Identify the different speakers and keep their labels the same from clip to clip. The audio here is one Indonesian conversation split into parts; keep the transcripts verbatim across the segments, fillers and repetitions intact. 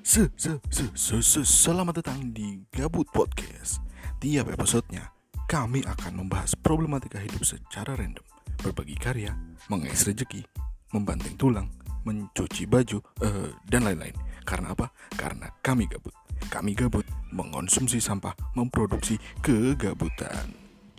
Speaker 1: Se, se, se, se, se, Selamat datang di Gabut Podcast. Tiap episodenya kami akan membahas problematika hidup secara random, berbagi karya, mengais rezeki, membanting tulang, mencuci baju, uh, dan lain-lain. Karena apa? Karena kami gabut. Kami gabut mengonsumsi sampah, memproduksi kegabutan.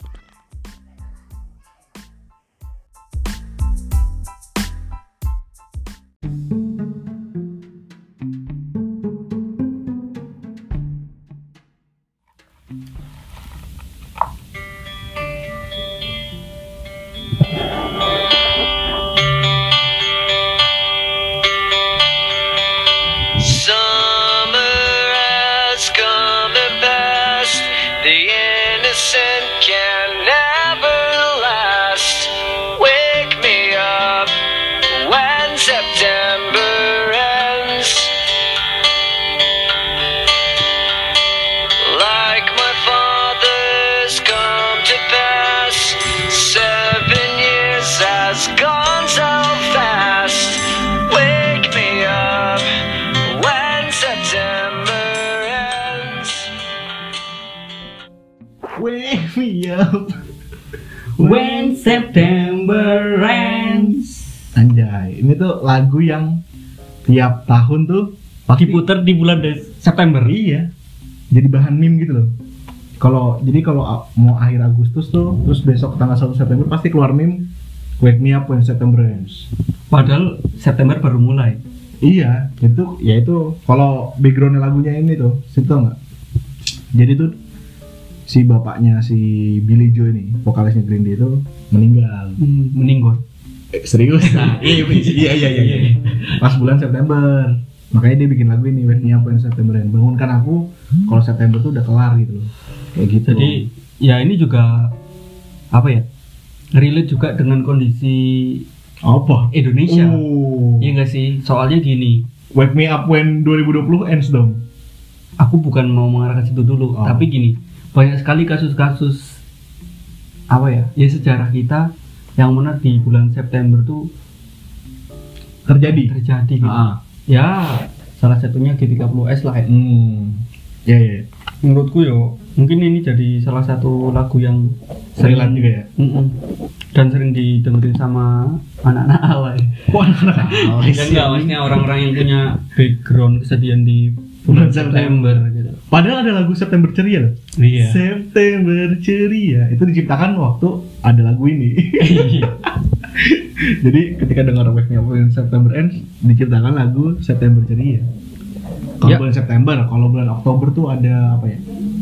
Speaker 2: Wake me up when September ends.
Speaker 3: Anjay, ini tuh lagu yang tiap tahun tuh pasti
Speaker 2: diputar di bulan September.
Speaker 3: Iya. Jadi bahan meme gitu loh. Kalau jadi kalau mau akhir Agustus tuh, terus besok tanggal satu September pasti keluar meme Wake me up when September ends.
Speaker 2: Padahal September baru mulai.
Speaker 3: Iya, itu ya itu kalau background lagunya ini tuh, situ enggak. Jadi tuh si bapaknya si Billy Joe ini, vokalisnya Green Day itu meninggal.
Speaker 2: Hmm, meninggal.
Speaker 3: Eh, serius? Nah, iya, iya, iya, iya, iya. Pas bulan September. Makanya dia bikin lagu ini, Wake Me Up When September Ends. Bangunkan aku kalau September tuh udah kelar gitu loh. Kayak gitu.
Speaker 2: Jadi ya ini juga apa ya? Relate juga dengan kondisi
Speaker 3: apa?
Speaker 2: Indonesia.
Speaker 3: Oh.
Speaker 2: Iya enggak sih? Soalnya gini,
Speaker 3: Wake Me Up When dua ribu dua puluh ends dong.
Speaker 2: Aku bukan mau mengarah ke situ dulu,
Speaker 3: Oh.
Speaker 2: tapi gini, banyak sekali kasus-kasus apa ya? Ya sejarah kita yang mana di bulan September tuh
Speaker 3: terjadi.
Speaker 2: terjadi gitu.
Speaker 3: Ah.
Speaker 2: Ya, salah satunya G tiga puluh S lah ya.
Speaker 3: Hmm. Ya, ya.
Speaker 2: Menurutku yo, mungkin ini jadi salah satu lagu yang sering
Speaker 3: Relate juga ya?
Speaker 2: Mm-mm. Dan sering didengerin sama anak-anak alay.
Speaker 3: Kok anak-anak alay
Speaker 2: Dan enggak, maksudnya orang-orang yang punya background kesedihan di bulan September gitu.
Speaker 3: Padahal ada lagu September Ceria loh.
Speaker 2: Iya.
Speaker 3: September Ceria itu diciptakan waktu ada lagu ini. Jadi ketika dengar Wake Me Up When September Ends diciptakan lagu September Ceria. Kalau
Speaker 2: Ya.
Speaker 3: bulan September, kalau bulan Oktober tuh ada apa ya?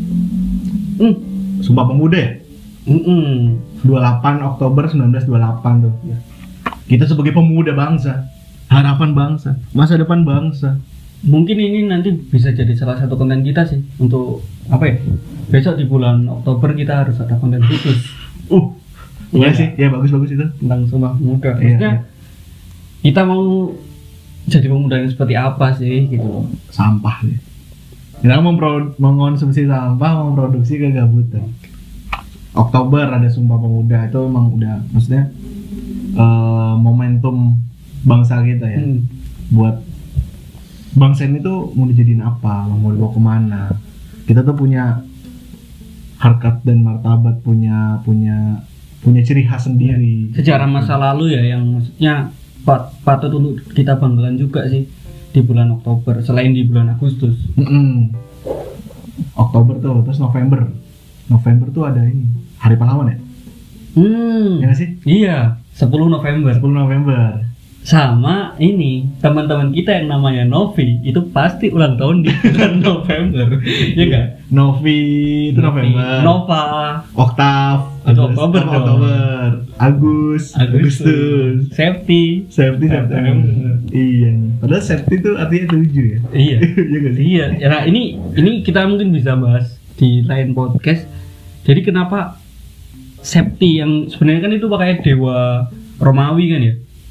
Speaker 2: Mm.
Speaker 3: Sumpah Pemuda ya?
Speaker 2: Mm-mm.
Speaker 3: dua puluh delapan Oktober seribu sembilan ratus dua puluh delapan tuh. Kita sebagai pemuda bangsa, harapan bangsa, masa depan bangsa.
Speaker 2: Mungkin ini nanti bisa jadi salah satu konten kita sih untuk apa ya? Besok di bulan Oktober kita harus ada konten khusus.
Speaker 3: Uh,
Speaker 2: Iya
Speaker 3: iya sih, ya bagus-bagus itu.
Speaker 2: Tentang Sumpah Pemuda.
Speaker 3: Iya,
Speaker 2: Maksudnya
Speaker 3: iya.
Speaker 2: kita mau jadi pemuda yang seperti apa sih gitu loh.
Speaker 3: Sampah nih. Kita mempro- mengonsumsi sampah, memproduksi kegabutan. Oktober ada Sumpah Pemuda itu emang udah maksudnya uh, momentum bangsa kita ya.
Speaker 2: Hmm.
Speaker 3: Buat bangsa ini tuh mau dijadiin apa, mau dibawa kemana. Kita tuh punya harkat dan martabat, punya punya punya ciri khas sendiri.
Speaker 2: Sejarah masa lalu ya yang maksudnya pat, patut untuk kita banggakan juga sih di bulan Oktober selain di bulan Agustus.
Speaker 3: Mm-mm. Oktober tuh, terus November. November tuh ada ini Hari Pahlawan ya?
Speaker 2: Hmm.
Speaker 3: Ya nggak sih?
Speaker 2: Iya, sepuluh November.
Speaker 3: sepuluh November.
Speaker 2: Sama ini teman-teman kita yang namanya Novi itu pasti ulang tahun di bulan November. Iya enggak?
Speaker 3: Novi itu November.
Speaker 2: Nova
Speaker 3: Oktav
Speaker 2: itu
Speaker 3: Agus-
Speaker 2: Oktober
Speaker 3: apa,
Speaker 2: dong.
Speaker 3: Oktober. Agus
Speaker 2: Agustus. Safety.
Speaker 3: Safety September.
Speaker 2: September.
Speaker 3: Iya. Padahal safety itu artinya tujuh ya.
Speaker 2: Iya.
Speaker 3: Iya nggak sih?
Speaker 2: Iya. Ya, nah, ini ini kita mungkin bisa bahas di lain podcast. Jadi kenapa Safety yang sebenarnya kan itu pakai dewa Romawi kan ya?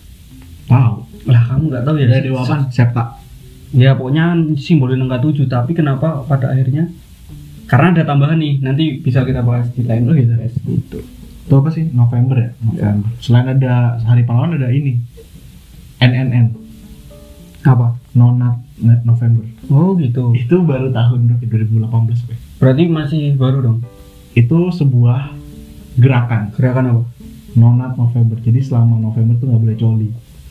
Speaker 3: Tahu.
Speaker 2: Lah kamu nggak tahu ya?
Speaker 3: Ada dewa apa? Septa.
Speaker 2: Ya pokoknya simbolin angka tujuh, tapi kenapa pada akhirnya? Karena ada tambahan nih, nanti bisa kita bahas di lain
Speaker 3: Oh, gitu.
Speaker 2: podcast gitu.
Speaker 3: Itu apa sih? November ya? November. Selain ada Hari Pahlawan ada ini. N N N.
Speaker 2: Apa?
Speaker 3: Nonat November.
Speaker 2: Oh gitu.
Speaker 3: Itu baru tahun dua ribu delapan belas. Be.
Speaker 2: Berarti masih baru dong.
Speaker 3: Itu sebuah gerakan.
Speaker 2: Gerakan apa?
Speaker 3: Nonat November. Jadi selama November tuh nggak boleh coli.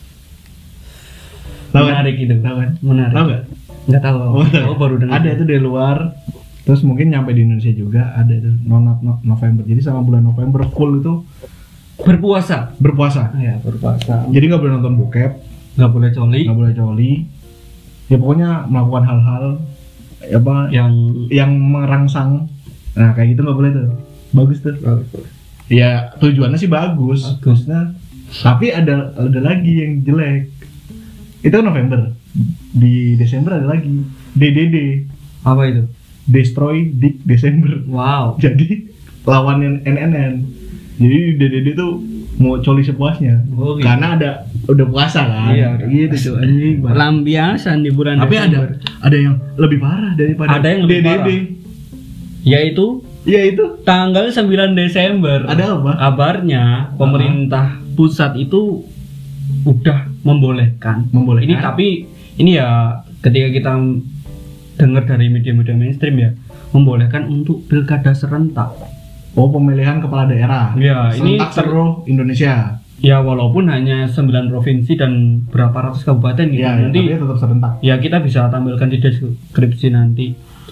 Speaker 3: Tahu
Speaker 2: Menarik itu.
Speaker 3: Tahu kan?
Speaker 2: Menarik.
Speaker 3: Tahu nggak?
Speaker 2: Nggak tahu.
Speaker 3: Oh, tahu.
Speaker 2: Oh, baru dengar.
Speaker 3: Ada itu dari luar. Terus mungkin nyampe di Indonesia juga ada itu Nonat no- November. Jadi selama bulan November full itu
Speaker 2: Berpuasa.
Speaker 3: berpuasa.
Speaker 2: Ya, berpuasa.
Speaker 3: Jadi nggak boleh nonton bokep,
Speaker 2: Nggak boleh coli.
Speaker 3: nggak boleh coli. Ya pokoknya melakukan hal-hal ya apa
Speaker 2: Yang
Speaker 3: yang merangsang. Nah kayak gitu nggak boleh tuh. Bagus tuh. Ya tujuannya sih bagus.
Speaker 2: Bagus.
Speaker 3: Maksudnya, tapi ada ada lagi yang jelek. Itu kan November. Di Desember ada lagi D D D.
Speaker 2: apa itu?
Speaker 3: Destroy Dick December.
Speaker 2: Wow.
Speaker 3: Jadi lawannya N N N. Jadi D D D tuh mau coli sepuasnya.
Speaker 2: Oh, gitu.
Speaker 3: Karena ada udah puasa kan.
Speaker 2: Iya, udah
Speaker 3: gitu tuh anjing.
Speaker 2: Lampiasan di bulan
Speaker 3: Tapi
Speaker 2: Desember.
Speaker 3: ada ada yang lebih parah daripada
Speaker 2: Ada yang lebih
Speaker 3: D D D.
Speaker 2: parah. Yaitu
Speaker 3: Iya itu.
Speaker 2: tanggal sembilan Desember.
Speaker 3: Ada apa?
Speaker 2: Kabarnya pemerintah pusat itu udah membolehkan.
Speaker 3: Membolehkan.
Speaker 2: Ini tapi ini ya ketika kita dengar dari media-media mainstream ya, membolehkan untuk pilkada serentak.
Speaker 3: Oh, pemilihan kepala daerah.
Speaker 2: Ya, ini
Speaker 3: Serentak
Speaker 2: ter-
Speaker 3: seluruh Indonesia.
Speaker 2: Ya walaupun hanya sembilan provinsi dan berapa ratus kabupaten gitu.
Speaker 3: Iya, ya,
Speaker 2: nanti
Speaker 3: tapi tetap serentak.
Speaker 2: ya kita bisa tampilkan di deskripsi nanti.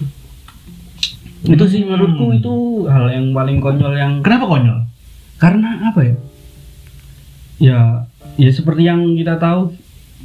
Speaker 2: Itu sih
Speaker 3: Hmm.
Speaker 2: menurutku itu hal yang paling konyol yang
Speaker 3: Kenapa konyol?
Speaker 2: karena apa ya? Ya, ya seperti yang kita tahu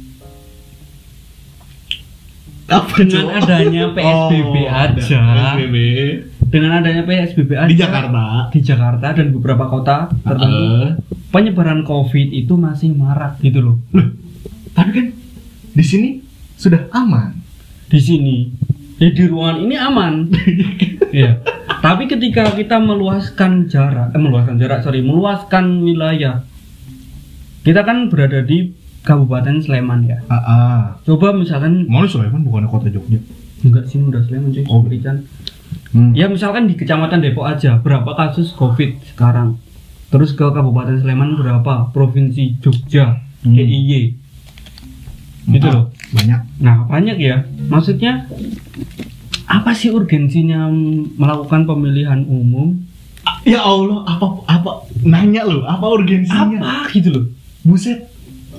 Speaker 3: Apa
Speaker 2: dengan
Speaker 3: Cok?
Speaker 2: adanya P S B B
Speaker 3: Oh,
Speaker 2: aja.
Speaker 3: P S B B
Speaker 2: Dengan adanya P S B B aja
Speaker 3: di Jakarta.
Speaker 2: di Jakarta dan beberapa kota tertentu,
Speaker 3: Heeh.
Speaker 2: penyebaran Covid itu masih marak gitu loh.
Speaker 3: Loh, tapi kan di sini sudah aman.
Speaker 2: Di sini, ya di ruangan ini aman. Iya. Tapi ketika kita meluaskan jarak, eh, meluaskan jarak, sorry, meluaskan wilayah, kita kan berada di Kabupaten Sleman ya.
Speaker 3: Ah, ah.
Speaker 2: Coba misalkan,
Speaker 3: Mau Sleman bukan kota Jogja.
Speaker 2: enggak sih udah Sleman cuy,
Speaker 3: Oh.
Speaker 2: Berican.
Speaker 3: Hmm.
Speaker 2: Ya misalkan di Kecamatan Depok aja, berapa kasus Covid sekarang? Terus ke Kabupaten Sleman berapa? Provinsi Jogja,
Speaker 3: Hmm.
Speaker 2: D I Y. Gitu loh.
Speaker 3: Banyak.
Speaker 2: Nah banyak ya. Maksudnya apa sih urgensinya melakukan pemilihan umum?
Speaker 3: Ya Allah, apa apa nanya lo, apa urgensinya?
Speaker 2: Apa gitu loh?
Speaker 3: Buset.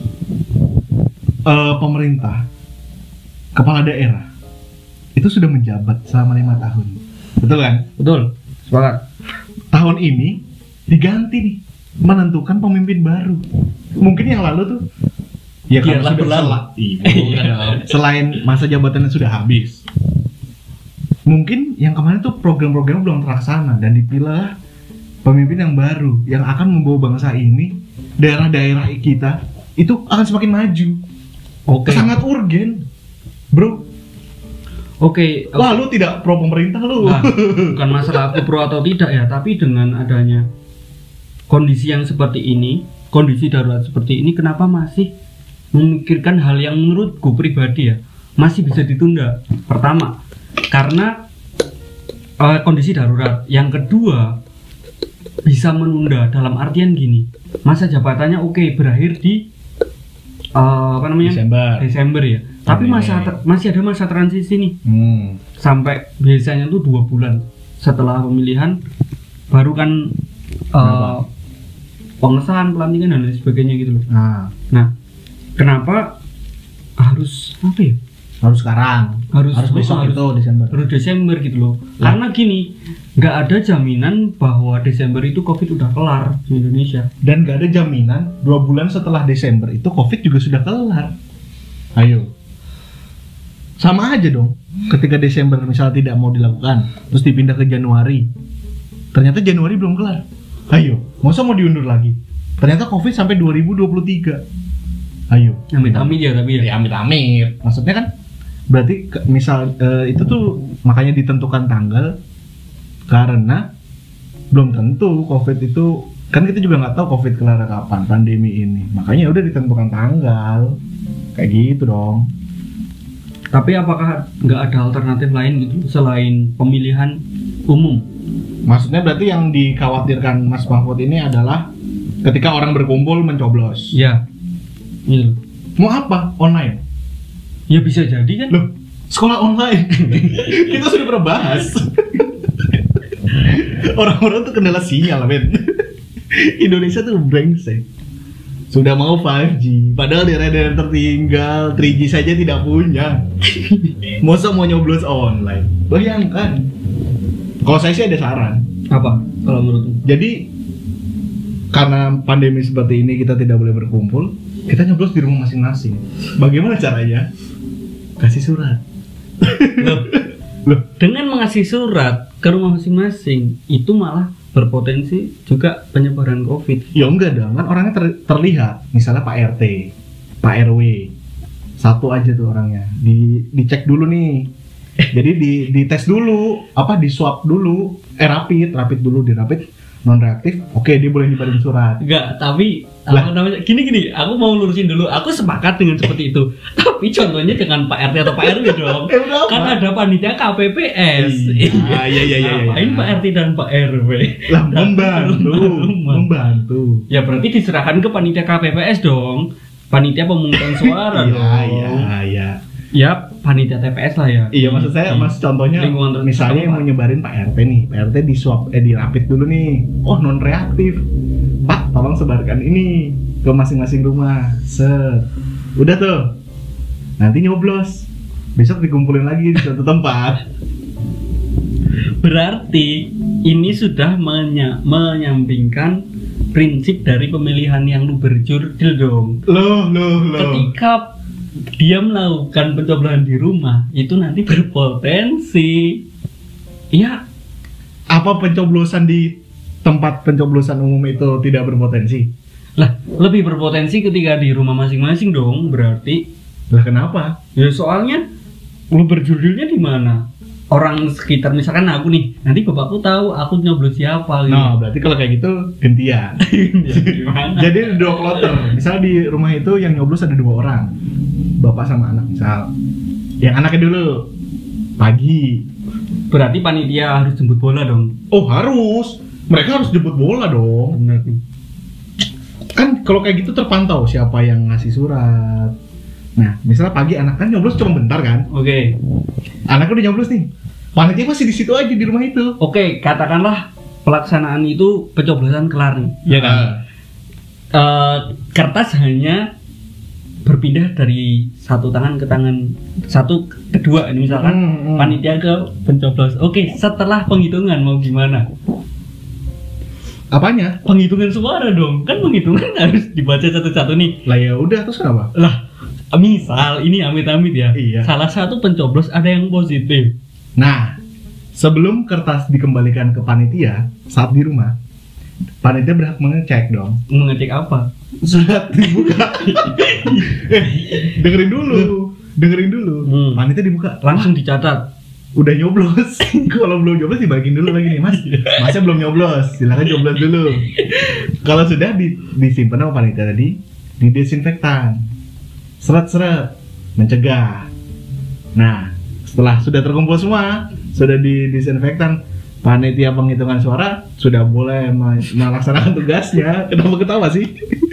Speaker 3: Eh, pemerintah, kepala daerah itu sudah menjabat selama lima tahun, betul kan?
Speaker 2: Betul. Sepakat.
Speaker 3: Tahun ini diganti nih, menentukan pemimpin baru. Mungkin yang lalu tuh ya
Speaker 2: Biarlah
Speaker 3: karena sudah
Speaker 2: berlalu.
Speaker 3: sel- Iya, bukan dong. Selain masa jabatannya sudah habis, mungkin yang kemarin tuh program-program belum terlaksana dan dipilih pemimpin yang baru yang akan membawa bangsa ini, daerah-daerah kita itu akan semakin maju.
Speaker 2: Oke.
Speaker 3: Sangat urgen, bro.
Speaker 2: Oke. oke.
Speaker 3: Wah, lu tidak pro pemerintah lu.
Speaker 2: Nah, bukan masalah aku pro atau tidak ya, tapi dengan adanya kondisi yang seperti ini, kondisi darurat seperti ini, kenapa masih memikirkan hal yang menurutku pribadi ya masih bisa ditunda? Pertama, karena eh, kondisi darurat. Yang kedua, bisa menunda dalam artian gini, masa jabatannya oke berakhir di eh, apa namanya
Speaker 3: Desember.
Speaker 2: Desember ya. Tapi
Speaker 3: Ini.
Speaker 2: masa ter- masih ada masa transisi nih
Speaker 3: Hmm.
Speaker 2: sampai biasanya tuh dua bulan setelah pemilihan baru kan uh, pengesahan pelantikan dan lain sebagainya gitu loh.
Speaker 3: Nah,
Speaker 2: Nah, kenapa harus apa ya?
Speaker 3: harus sekarang.
Speaker 2: Harus-
Speaker 3: harus besok
Speaker 2: harus-
Speaker 3: itu Desember.
Speaker 2: Baru Desember gitu loh.
Speaker 3: Lah.
Speaker 2: Karena gini, nggak ada jaminan bahwa Desember itu Covid udah kelar di Indonesia.
Speaker 3: Dan gak ada jaminan dua bulan setelah Desember itu Covid juga sudah kelar. Ayo. Sama aja dong. Ketika Desember misalnya tidak mau dilakukan, terus dipindah ke Januari. Ternyata Januari belum kelar. Ayo, masa mau diundur lagi? Ternyata Covid sampai dua ribu dua puluh tiga. Ayo.
Speaker 2: Amit-amit ya tapi ya.
Speaker 3: Ya amit-amit. Maksudnya kan berarti ke- misal eh, itu tuh makanya ditentukan tanggal karena belum tentu Covid itu kan kita juga nggak tahu Covid kelar kapan pandemi ini. Makanya udah ditentukan tanggal kayak gitu dong.
Speaker 2: Tapi apakah nggak ada alternatif lain gitu selain pemilihan umum?
Speaker 3: Maksudnya berarti yang dikhawatirkan Mas Mahfud ini adalah ketika orang berkumpul mencoblos.
Speaker 2: Ya. Gitu.
Speaker 3: Mau apa? Online.
Speaker 2: Ya bisa jadi kan.
Speaker 3: Loh, sekolah online. Kita sudah pernah bahas. Orang-orang tuh kendala sinyal, men. Indonesia tuh brengsek. Sudah mau lima G, padahal daerah-daerah tertinggal tiga G saja tidak punya. Masa mau nyoblos online? Bayangkan. Kalau saya sih ada saran.
Speaker 2: Apa kalau menurutmu?
Speaker 3: Jadi karena pandemi seperti ini kita tidak boleh berkumpul, kita nyoblos di rumah masing-masing. Bagaimana caranya? Kasih surat.
Speaker 2: Loh,
Speaker 3: Loh,
Speaker 2: dengan mengasih surat ke rumah masing-masing itu malah berpotensi juga penyebaran COVID.
Speaker 3: ya enggak dong, kan orangnya ter- terlihat. Misalnya Pak R T, Pak R W, satu aja tuh orangnya. Di dicek dulu nih. Jadi di dites dulu, apa di swab dulu, eh rapid, rapid dulu, di rapid non reaktif. Oke, dia boleh nyebarin surat.
Speaker 2: Enggak, tapi
Speaker 3: Lah.
Speaker 2: apa namanya? Gini gini, aku mau lurusin dulu. Aku sepakat dengan seperti itu. Tapi contohnya dengan Pak R T atau Pak R W dong.
Speaker 3: Eh, udah apa?
Speaker 2: Kan ada panitia K P P S.
Speaker 3: Iya, iya, iya, iya.
Speaker 2: Ngapain Pak R T dan Pak R W?
Speaker 3: Lah, membantu,
Speaker 2: Rumah.
Speaker 3: membantu.
Speaker 2: Ya berarti diserahkan ke panitia K P P S dong. Panitia pemungutan suara dong.
Speaker 3: Iya, iya, iya.
Speaker 2: Ya panitia T P S lah ya.
Speaker 3: Iya, maksud saya,
Speaker 2: Di-
Speaker 3: mas contohnya
Speaker 2: lingkungan ter-
Speaker 3: misalnya yang mau
Speaker 2: setempat.
Speaker 3: nyebarin Pak R T nih, Pak R T di swab, eh di rapid dulu nih. Oh, non reaktif. Pak, tolong sebarkan ini ke masing-masing rumah. Set. Udah tuh. Nanti nyoblos. Besok dikumpulin lagi di satu tempat.
Speaker 2: Berarti ini sudah menya- menyampingkan prinsip dari pemilihan yang luber jurdil dong.
Speaker 3: Loh, loh, loh.
Speaker 2: Ketika dia melakukan pencoblosan di rumah, itu nanti berpotensi. Ya,
Speaker 3: Apa pencoblosan di tempat pencoblosan umum itu tidak berpotensi?
Speaker 2: lah lebih berpotensi ketika di rumah masing-masing dong. Berarti,
Speaker 3: Lah kenapa?
Speaker 2: ya soalnya luber jurdilnya di mana? Orang sekitar, misalkan aku nih, nanti bapakku tahu aku nyoblos siapa gitu.
Speaker 3: Nah, berarti kalau kayak gitu gantian.
Speaker 2: Ya, gimana?
Speaker 3: Jadi ada dua kloter. Misal di rumah itu yang nyoblos ada dua orang, bapak sama anak misal. Yang anaknya dulu pagi.
Speaker 2: Berarti panitia harus jemput bola dong.
Speaker 3: Oh harus, mereka harus jemput bola dong.
Speaker 2: Benar nih.
Speaker 3: Kan kalau kayak gitu terpantau siapa yang ngasih surat. Nah, misalnya pagi anak kan nyoblos cuma bentar kan.
Speaker 2: Oke.
Speaker 3: Anaknya udah nyoblos nih. Panitia masih di situ aja di rumah itu.
Speaker 2: Oke, katakanlah pelaksanaan itu pencoblosan kelar nih. Iya kan?
Speaker 3: Ah.
Speaker 2: Eh, kertas hanya berpindah dari satu tangan ke tangan satu kedua ini misalkan
Speaker 3: Hmm, hmm.
Speaker 2: panitia ke pencoblos. Oke, setelah penghitungan mau gimana?
Speaker 3: Apanya?
Speaker 2: Penghitungan suara dong. Kan penghitungan harus dibaca satu-satu nih.
Speaker 3: Lah ya udah terus kenapa?
Speaker 2: Lah, misal ini amit-amit ya.
Speaker 3: Iya.
Speaker 2: Salah satu pencoblos ada yang positif.
Speaker 3: Nah, sebelum kertas dikembalikan ke panitia saat di rumah, panitia berhak mengecek dong.
Speaker 2: Mengecek apa?
Speaker 3: Surat dibuka. eh, dengerin dulu, dengerin dulu.
Speaker 2: Hmm.
Speaker 3: Panitia dibuka,
Speaker 2: Langsung dicatat.
Speaker 3: udah nyoblos. Kalau belum nyoblos dibalikin dulu lagi nih, Mas. Masnya belum nyoblos, silakan nyoblos dulu. Kalau sudah di, disimpan sama panitia tadi, didesinfektan. Seret-seret, mencegah. Nah, setelah sudah terkumpul semua, sudah didesinfektan, panitia penghitungan suara sudah boleh me- melaksanakan tugasnya. Kenapa ketawa sih?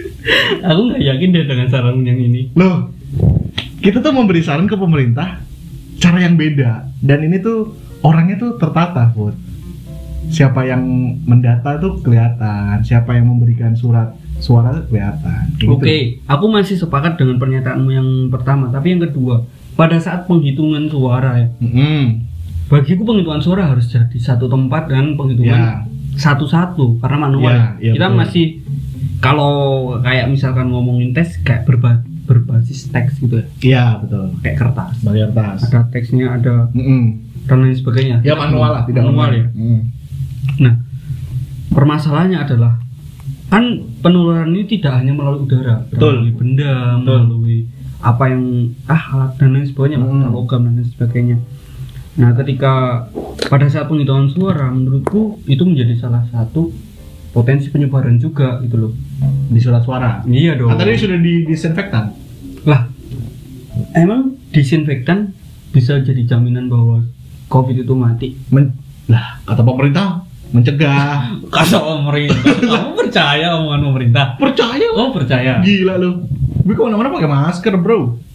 Speaker 2: Aku nggak yakin deh dengan saran yang ini.
Speaker 3: Loh, kita tuh memberi saran ke pemerintah cara yang beda, dan ini tuh orangnya tuh tertata, Put. Siapa yang mendata tuh kelihatan, siapa yang memberikan surat suara tuh kelihatan. Kayak
Speaker 2: Oke,
Speaker 3: gitu.
Speaker 2: aku masih sepakat dengan pernyataanmu yang pertama, tapi yang kedua, pada saat penghitungan suara ya,
Speaker 3: Mm-mm.
Speaker 2: bagiku penghitungan suara harus jadi satu tempat dan penghitungan
Speaker 3: Ya.
Speaker 2: satu-satu karena manual.
Speaker 3: Ya, ya,
Speaker 2: Kita
Speaker 3: betul.
Speaker 2: masih kalau kayak misalkan ngomongin tes kayak berba- berbasis teks gitu ya,
Speaker 3: Iya betul.
Speaker 2: kayak kertas.
Speaker 3: Bayar tas.
Speaker 2: Ada teksnya, ada
Speaker 3: Mm-mm.
Speaker 2: dan lain sebagainya.
Speaker 3: Ya manual lah, tidak
Speaker 2: manual ya.
Speaker 3: Mm.
Speaker 2: Nah, permasalahannya adalah kan penularan ini tidak hanya melalui udara,
Speaker 3: Betul.
Speaker 2: melalui benda,
Speaker 3: Betul.
Speaker 2: melalui apa yang ah alat dan lain sebagainya,
Speaker 3: Hmm.
Speaker 2: hmm. logam dan lain sebagainya. Nah, ketika pada saat penghitungan suara, menurutku itu menjadi salah satu potensi penyebaran juga gitu loh.
Speaker 3: Di surat suara.
Speaker 2: Iya dong.
Speaker 3: Kan tadi sudah didisinfektan.
Speaker 2: Lah, emang disinfektan bisa jadi jaminan bahwa COVID itu mati?
Speaker 3: Men- lah, kata pemerintah mencegah.
Speaker 2: Kata pemerintah. Kamu percaya omongan pemerintah?
Speaker 3: Percaya lah.
Speaker 2: Oh percaya.
Speaker 3: Gila lu. Gue kemana-mana pakai masker, bro.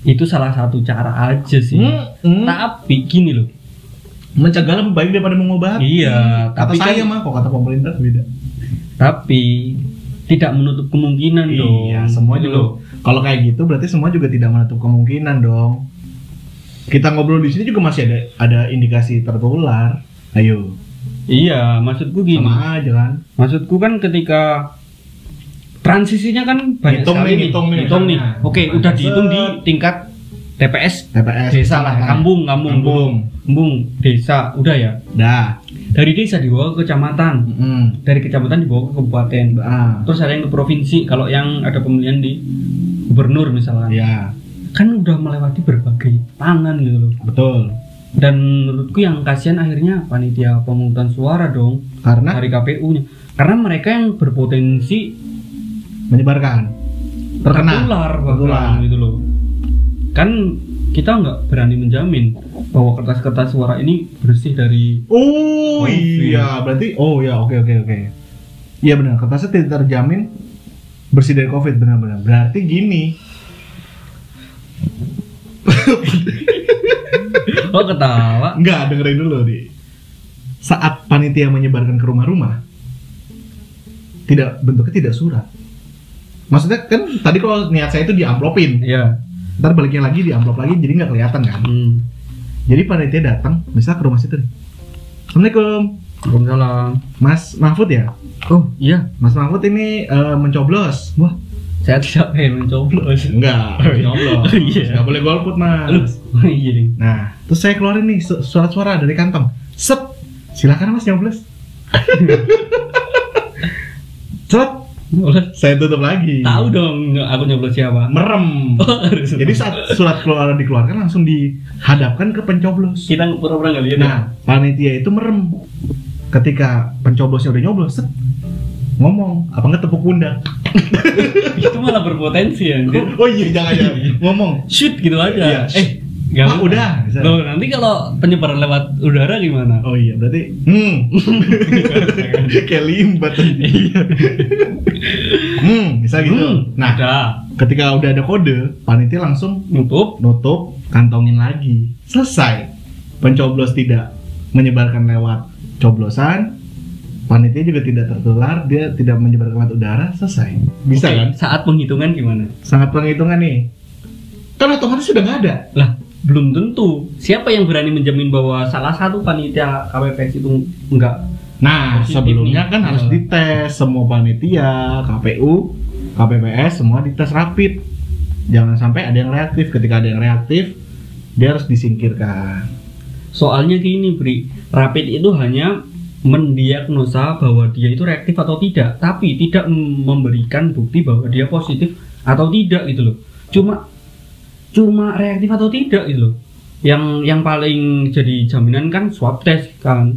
Speaker 2: itu salah satu cara aja sih.
Speaker 3: Hmm, hmm.
Speaker 2: Tapi gini loh.
Speaker 3: Mencegah lebih baik daripada mengobati.
Speaker 2: Iya,
Speaker 3: Kata
Speaker 2: tapi
Speaker 3: saya
Speaker 2: kan,
Speaker 3: mah, kok kata pemerintah beda.
Speaker 2: Tapi tidak menutup kemungkinan dong.
Speaker 3: Iya, semua
Speaker 2: Gitu
Speaker 3: juga. Kalau kayak gitu berarti semua juga tidak menutup kemungkinan dong. Kita ngobrol di sini juga masih ada ada indikasi tertular. Ayo.
Speaker 2: Iya, maksudku gini.
Speaker 3: Sama aja kan.
Speaker 2: Maksudku kan ketika transisinya kan banyak
Speaker 3: Hitung
Speaker 2: sekali
Speaker 3: nih,
Speaker 2: nih.
Speaker 3: hitung nih,
Speaker 2: Hitung nih.
Speaker 3: misalnya.
Speaker 2: Oke,
Speaker 3: Nah,
Speaker 2: udah
Speaker 3: set.
Speaker 2: dihitung di tingkat T P S
Speaker 3: T P S
Speaker 2: desa lah,
Speaker 3: kecamatan.
Speaker 2: kampung, kampung,
Speaker 3: Kampung.
Speaker 2: kampung, desa, udah ya.
Speaker 3: Dah.
Speaker 2: Dari desa dibawa ke kecamatan,
Speaker 3: Mm-mm.
Speaker 2: dari kecamatan dibawa ke kabupaten.
Speaker 3: Ah.
Speaker 2: Terus ada yang ke provinsi. Kalau yang ada pemilihan di gubernur misalnya,
Speaker 3: Ya,
Speaker 2: kan udah melewati berbagai tangan gitu loh.
Speaker 3: betul.
Speaker 2: Dan menurutku yang kasihan akhirnya panitia pemungutan suara dong
Speaker 3: Karena
Speaker 2: dari K P U-nya, karena mereka yang berpotensi
Speaker 3: menyebarkan. Terkena.
Speaker 2: tertular
Speaker 3: Tertular.
Speaker 2: bahkan gitu loh. Kan kita nggak berani menjamin bahwa kertas-kertas suara ini bersih dari
Speaker 3: Oh
Speaker 2: Covid.
Speaker 3: iya, berarti oh ya oke oke oke. Iya benar, kertasnya tidak terjamin bersih dari Covid, benar-benar. Berarti gini.
Speaker 2: oh ketawa.
Speaker 3: Enggak, dengerin dulu nih. Saat panitia menyebarkan ke rumah-rumah, tidak bentuknya tidak surat. Maksudnya kan tadi kalau niat saya itu diamplopin,
Speaker 2: Iya.
Speaker 3: ntar baliknya lagi diamplop lagi, jadi nggak kelihatan kan.
Speaker 2: Hmm.
Speaker 3: Jadi panitia datang, misal ke rumah situ nih. Assalamualaikum,
Speaker 2: Waalaikumsalam.
Speaker 3: Mas Mahfud ya?
Speaker 2: Oh iya,
Speaker 3: Mas Mahfud ini eh, mencoblos. Wah,
Speaker 2: saya tidak pengen mencoblos.
Speaker 3: enggak, nyoblos.
Speaker 2: Iya.
Speaker 3: Enggak boleh golput, Mas.
Speaker 2: Oh iya nih.
Speaker 3: Nah, terus saya keluarin nih su- surat suara dari kantong. Set. Silakan Mas nyoblos. Set. Saya tutup lagi.
Speaker 2: Tahu dong aku nyoblos siapa.
Speaker 3: Merem. Jadi saat surat keluar dikeluarkan langsung dihadapkan ke pencoblos.
Speaker 2: Kita pura-pura nggak lihat.
Speaker 3: Nah, panitia itu merem. Ketika pencoblosnya udah nyoblos, set. Ngomong, apa nggak tepuk pundak?
Speaker 2: ya. Itu malah berpotensi ya.
Speaker 3: Oh iya, jangan jangan. Ngomong.
Speaker 2: Shoot gitu aja.
Speaker 3: Iya.
Speaker 2: Eh, nggak
Speaker 3: Ah,
Speaker 2: bisa.
Speaker 3: udah, bisa.
Speaker 2: Loh, nanti kalau penyebaran lewat udara gimana?
Speaker 3: Oh iya, berarti hmm. Kayak limbat. hmm, bisa gitu.
Speaker 2: Hmm,
Speaker 3: Nah,
Speaker 2: ada.
Speaker 3: ketika udah ada kode, panitia langsung
Speaker 2: Nutup.
Speaker 3: nutup, kantongin lagi. Selesai. Pencoblos tidak menyebarkan lewat coblosan, panitia juga tidak tertular, dia tidak menyebarkan lewat udara, selesai. Bisa
Speaker 2: Oke,
Speaker 3: kan?
Speaker 2: Saat penghitungan gimana?
Speaker 3: Sangat penghitungan nih. Kan otomatis sudah nggak ada.
Speaker 2: Lah, belum tentu. Siapa yang berani menjamin bahwa salah satu panitia K P P S itu enggak?
Speaker 3: Nah,
Speaker 2: Positif
Speaker 3: sebelumnya
Speaker 2: nih.
Speaker 3: kan harus
Speaker 2: Iya.
Speaker 3: dites semua panitia, K P U, K P P S semua dites rapid. Jangan sampai ada yang reaktif. Ketika ada yang reaktif, dia harus disingkirkan.
Speaker 2: Soalnya gini, Bri. Rapid itu hanya mendiagnosa bahwa dia itu reaktif atau tidak, tapi tidak memberikan bukti bahwa dia positif atau tidak gitu loh. Cuma cuma reaktif atau tidak gitu loh. Yang yang paling jadi jaminan kan swab test kan.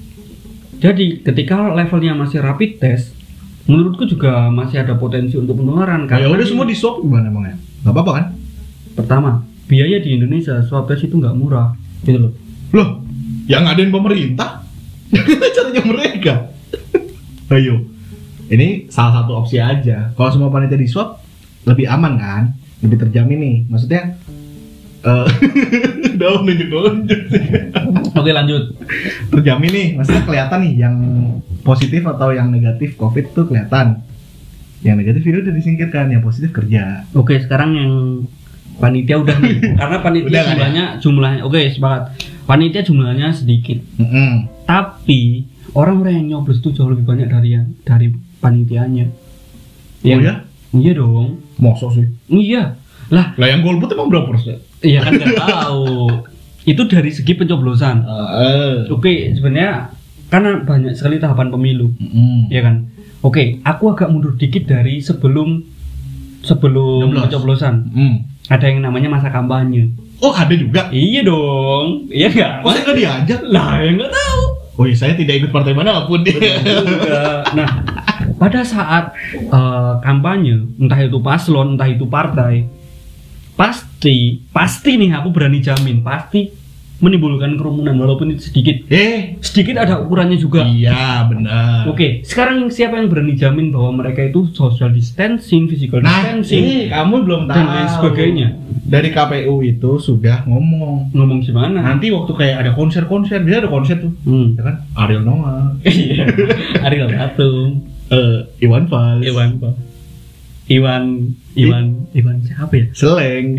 Speaker 2: Jadi ketika levelnya masih rapid test, menurutku juga masih ada potensi untuk penularan
Speaker 3: Nah, ya
Speaker 2: karena
Speaker 3: udah semua di swab gimana emangnya? Gak apa-apa kan?
Speaker 2: pertama, biaya di Indonesia swab test itu nggak murah gitu loh.
Speaker 3: Loh, yang ngadain pemerintah? Caranya mereka. Ayo, ini salah satu opsi aja. Kalau semua panitia di swab, lebih aman kan? Lebih terjamin nih. Maksudnya, eh udah nunjuk-nunjuk sih.
Speaker 2: Oke, lanjut.
Speaker 3: Terjamin nih, maksudnya kelihatan nih yang positif atau yang negatif COVID tuh kelihatan. Yang negatif itu udah disingkirkan, yang positif kerja.
Speaker 2: Oke, sekarang yang panitia udah nih. Karena panitia
Speaker 3: Udah kan ya?
Speaker 2: jumlahnya jumlahnya oke, sepakat. Panitia jumlahnya sedikit.
Speaker 3: Mm-mm.
Speaker 2: Tapi orang-orang yang nyoblos itu jauh lebih banyak dari yang dari panitianya.
Speaker 3: Oh ya?
Speaker 2: Iya dong.
Speaker 3: Mosok sih.
Speaker 2: Iya. Lah,
Speaker 3: Lah yang golput emang berapa persen?
Speaker 2: iya kan nggak tahu. Itu dari segi pencoblosan.
Speaker 3: Uh,
Speaker 2: Oke, sebenarnya karena banyak sekali tahapan pemilu,
Speaker 3: mm.
Speaker 2: ya kan? Oke, aku agak mundur dikit dari sebelum sebelum
Speaker 3: Nyoblos.
Speaker 2: pencoblosan.
Speaker 3: Mm.
Speaker 2: Ada yang namanya masa kampanye.
Speaker 3: Oh ada juga?
Speaker 2: Iya dong. Iya nggak?
Speaker 3: Masa nggak diajak?
Speaker 2: Lah, ya nggak tahu.
Speaker 3: Oh iya, saya tidak ikut partai manapun dia.
Speaker 2: Juga. Nah, pada saat eh, kampanye, entah itu paslon, entah itu partai, pasti, pasti nih aku berani jamin, pasti menimbulkan kerumunan walaupun itu sedikit.
Speaker 3: Eh,
Speaker 2: Sedikit ada ukurannya juga.
Speaker 3: iya benar.
Speaker 2: Oke, sekarang siapa yang berani jamin bahwa mereka itu social distancing, physical
Speaker 3: Nah,
Speaker 2: distancing,
Speaker 3: eh, kamu belum tahu.
Speaker 2: dan lain sebagainya?
Speaker 3: dari K P U itu sudah ngomong.
Speaker 2: Ngomong gimana?
Speaker 3: Nanti waktu kayak ada konser-konser, bisa ada konser tuh.
Speaker 2: Hmm.
Speaker 3: Ya kan? Ariel Noah,
Speaker 2: Iya. Ariel Tatum,
Speaker 3: eh Iwan Fals,
Speaker 2: Iwan Pak. Iwan Iwan Iwan siapa ya?
Speaker 3: Seleng.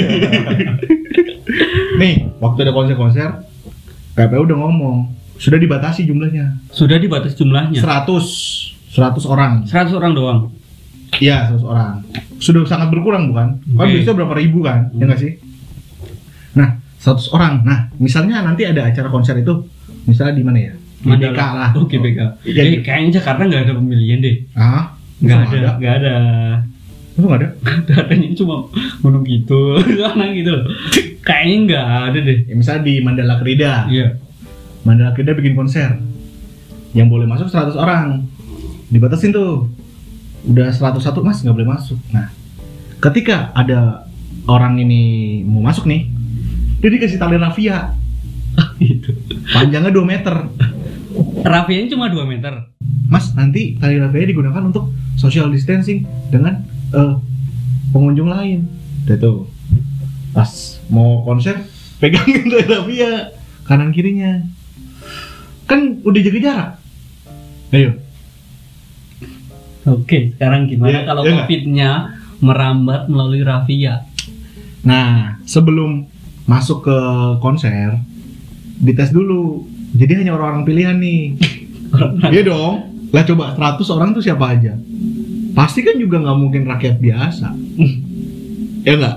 Speaker 3: Nih, waktu ada konser-konser, K P U udah ngomong, sudah dibatasi jumlahnya.
Speaker 2: Sudah dibatasi jumlahnya.
Speaker 3: seratus seratus orang.
Speaker 2: seratus orang doang.
Speaker 3: Iya, seratus orang. Sudah sangat berkurang bukan? Kan
Speaker 2: Oke.
Speaker 3: biasanya berapa ribu kan? Ya
Speaker 2: Hmm.
Speaker 3: nggak sih? Nah, seratus orang. Nah, misalnya nanti ada acara konser itu, misalnya di mana ya? G B K lah.
Speaker 2: Oh, G B K.
Speaker 3: Ya,
Speaker 2: Eh, kayaknya Jakarta nggak ada pemilihan deh.
Speaker 3: Ah,
Speaker 2: Nggak
Speaker 3: masa
Speaker 2: ada, nggak ada.
Speaker 3: Itu nggak ada?
Speaker 2: Adanya cuma gunung gitu, sana gitu loh. Kayaknya nggak ada deh.
Speaker 3: Ya, misalnya di Mandala Krida.
Speaker 2: Iya.
Speaker 3: Mandala Krida bikin konser. Yang boleh masuk seratus orang. Dibatasin tuh. Udah seratus satu mas nggak boleh masuk. Nah, ketika ada orang ini mau masuk nih, dia dikasih tali rafia.
Speaker 2: Gitu.
Speaker 3: Panjangnya dua meter.
Speaker 2: Rafianya cuma dua meter.
Speaker 3: Mas, nanti tali rafia digunakan untuk social distancing dengan eh, pengunjung lain. Udah tuh. Pas mau konser, pegangin tali rafia kanan kirinya. Kan udah jaga jarak. Ayo.
Speaker 2: Oke, sekarang gimana
Speaker 3: Iya,
Speaker 2: kalau
Speaker 3: iya nggak?
Speaker 2: COVID-nya merambat melalui rafia?
Speaker 3: Nah, sebelum masuk ke konser, dites dulu. Jadi hanya orang-orang pilihan nih. Iya dong. Lah coba seratus orang tuh siapa aja? Pasti kan juga nggak mungkin rakyat biasa. Ya nggak?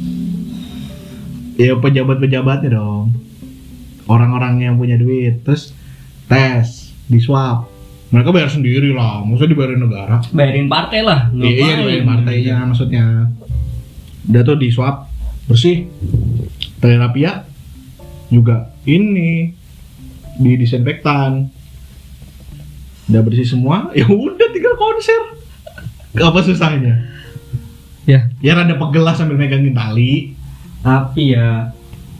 Speaker 3: Ya pejabat-pejabatnya dong. Orang-orang yang punya duit. Terus tes, di swab. Mereka bayar sendiri lah, maksudnya dibayarin negara.
Speaker 2: Bayarin partai lah.
Speaker 3: Iya, iya dibayarin partainya maksudnya. Udah tuh di swab bersih. Terapia juga ini di disinfektan. Udah bersih semua, ya udah tinggal konser. Apa susahnya?
Speaker 2: Ya,
Speaker 3: Ya rada pegel lah sambil megangin tali.
Speaker 2: tapi ya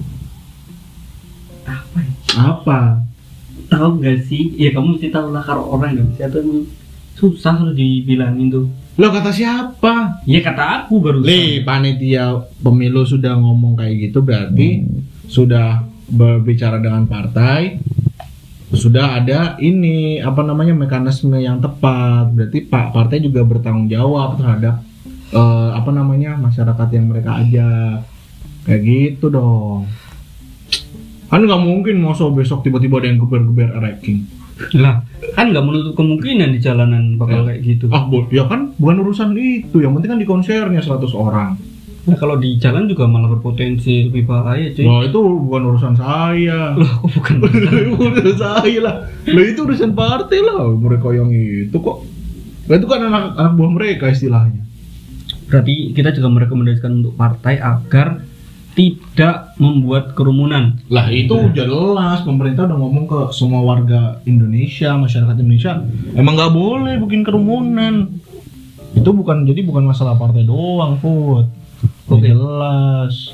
Speaker 2: apa ya?
Speaker 3: Apa?
Speaker 2: Tahu nggak sih? Ya kamu mesti tahu lah kalau orang Indonesia tuh emang susah harus dibilangin tuh.
Speaker 3: Lo kata siapa?
Speaker 2: Ya kata aku baru.
Speaker 3: Le, panitia pemilu sudah ngomong kayak gitu berarti sudah berbicara dengan partai, sudah ada ini apa namanya mekanisme yang tepat. Berarti Pak partai juga bertanggung jawab terhadap eh, apa namanya masyarakat yang mereka ajak. Kayak gitu dong. Kan nggak mungkin masa besok tiba-tiba ada yang geber-geber ranking.
Speaker 2: Lah, kan nggak menutup kemungkinan di jalanan bakal
Speaker 3: Ya.
Speaker 2: kayak gitu.
Speaker 3: Ah, bo- ya kan bukan urusan itu. Yang penting kan di konsernya seratus orang.
Speaker 2: Nah, kalau di jalan juga malah berpotensi lebih bahaya, cuy.
Speaker 3: Wah, itu bukan urusan saya.
Speaker 2: Loh, kok bukan?
Speaker 3: Urusan saya lah. Lah itu urusan partai lah. Mereka yang itu kok. Lah itu kan anak anak buah mereka istilahnya.
Speaker 2: Berarti kita juga merekomendasikan untuk partai agar tidak membuat kerumunan.
Speaker 3: Lah itu jelas pemerintah udah ngomong ke semua warga Indonesia, masyarakat Indonesia, emang nggak boleh bikin kerumunan. Itu bukan jadi bukan masalah partai doang, Put.
Speaker 2: Oke.
Speaker 3: Jelas.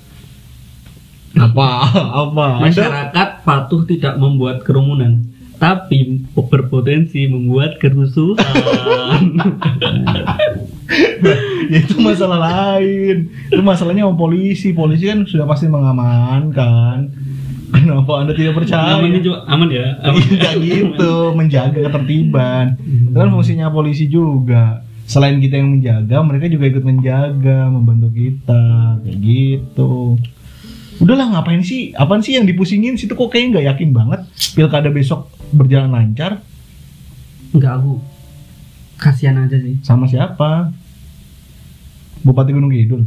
Speaker 3: Apa? Apa? Anda-
Speaker 2: Masyarakat patuh tidak membuat kerumunan, tapi berpotensi membuat kerusuhan.
Speaker 3: Ya itu masalah lain. Itu masalahnya sama polisi. Polisi kan sudah pasti mengamankan. Kenapa Anda tidak percaya?
Speaker 2: Aman ini juga aman ya. Aman.
Speaker 3: Tidak gitu, menjaga ketertiban. Itu kan fungsinya polisi juga. Selain kita yang menjaga, mereka juga ikut menjaga, membantu kita, kayak gitu. Udahlah ngapain sih? Apaan sih yang dipusingin? Situ kok kayaknya nggak yakin banget pilkada besok berjalan lancar.
Speaker 2: Enggak, aku kasihan aja sih.
Speaker 3: Sama siapa? Bupati Gunung Kidul.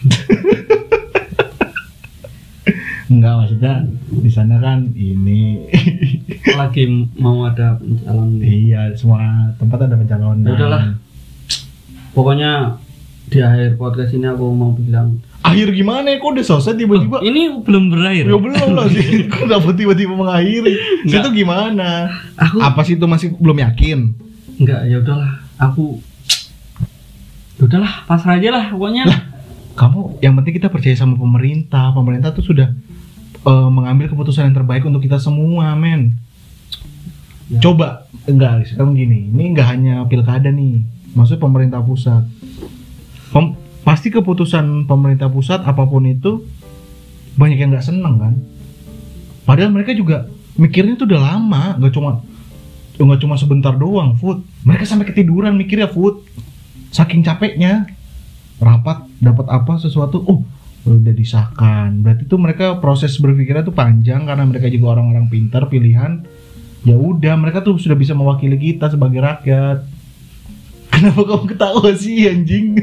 Speaker 3: Enggak, maksudnya di sana kan ini.
Speaker 2: Lagi mau ada pencalonan.
Speaker 3: Iya, semua tempat ada pencalonan.
Speaker 2: Ya udahlah. Pokoknya di akhir podcast ini aku mau bilang,
Speaker 3: Akhir gimana ya? Kok udah selesai tiba-tiba?
Speaker 2: ini belum berakhir.
Speaker 3: Ya belum lah sih. Kok dapat tiba-tiba mengakhiri?
Speaker 2: Enggak.
Speaker 3: Itu gimana?
Speaker 2: Aku
Speaker 3: Apa sih itu masih belum yakin?
Speaker 2: enggak, ya udahlah. Aku ya udahlah, pasrah aja lah pokoknya.
Speaker 3: Lah, kamu yang penting kita percaya sama pemerintah. Pemerintah tuh sudah eh, mengambil keputusan yang terbaik untuk kita semua, men.
Speaker 2: Ya.
Speaker 3: Coba enggak, sekarang gini. Ini enggak hanya pilkada nih. Maksudnya pemerintah pusat. Pem- pasti keputusan pemerintah pusat apapun itu banyak yang nggak seneng kan. Padahal mereka juga mikirnya tuh udah lama, nggak cuma nggak cuma sebentar doang, Food. Mereka sampai ketiduran mikirnya, Food. Saking capeknya rapat dapat apa sesuatu, oh udah disahkan. Berarti tuh mereka proses berpikirnya tuh panjang karena mereka juga orang-orang pintar pilihan. Ya udah, mereka tuh sudah bisa mewakili kita sebagai rakyat. Kenapa kamu ketawa sih anjing?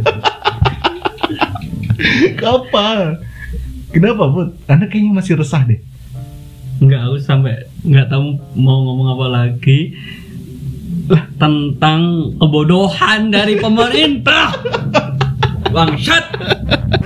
Speaker 3: Kapan? Kenapa, Bud? Anda kayaknya masih resah deh.
Speaker 2: Enggak, aku sampai nggak tahu mau ngomong apa lagi lah tentang kebodohan dari pemerintah. Bangsat.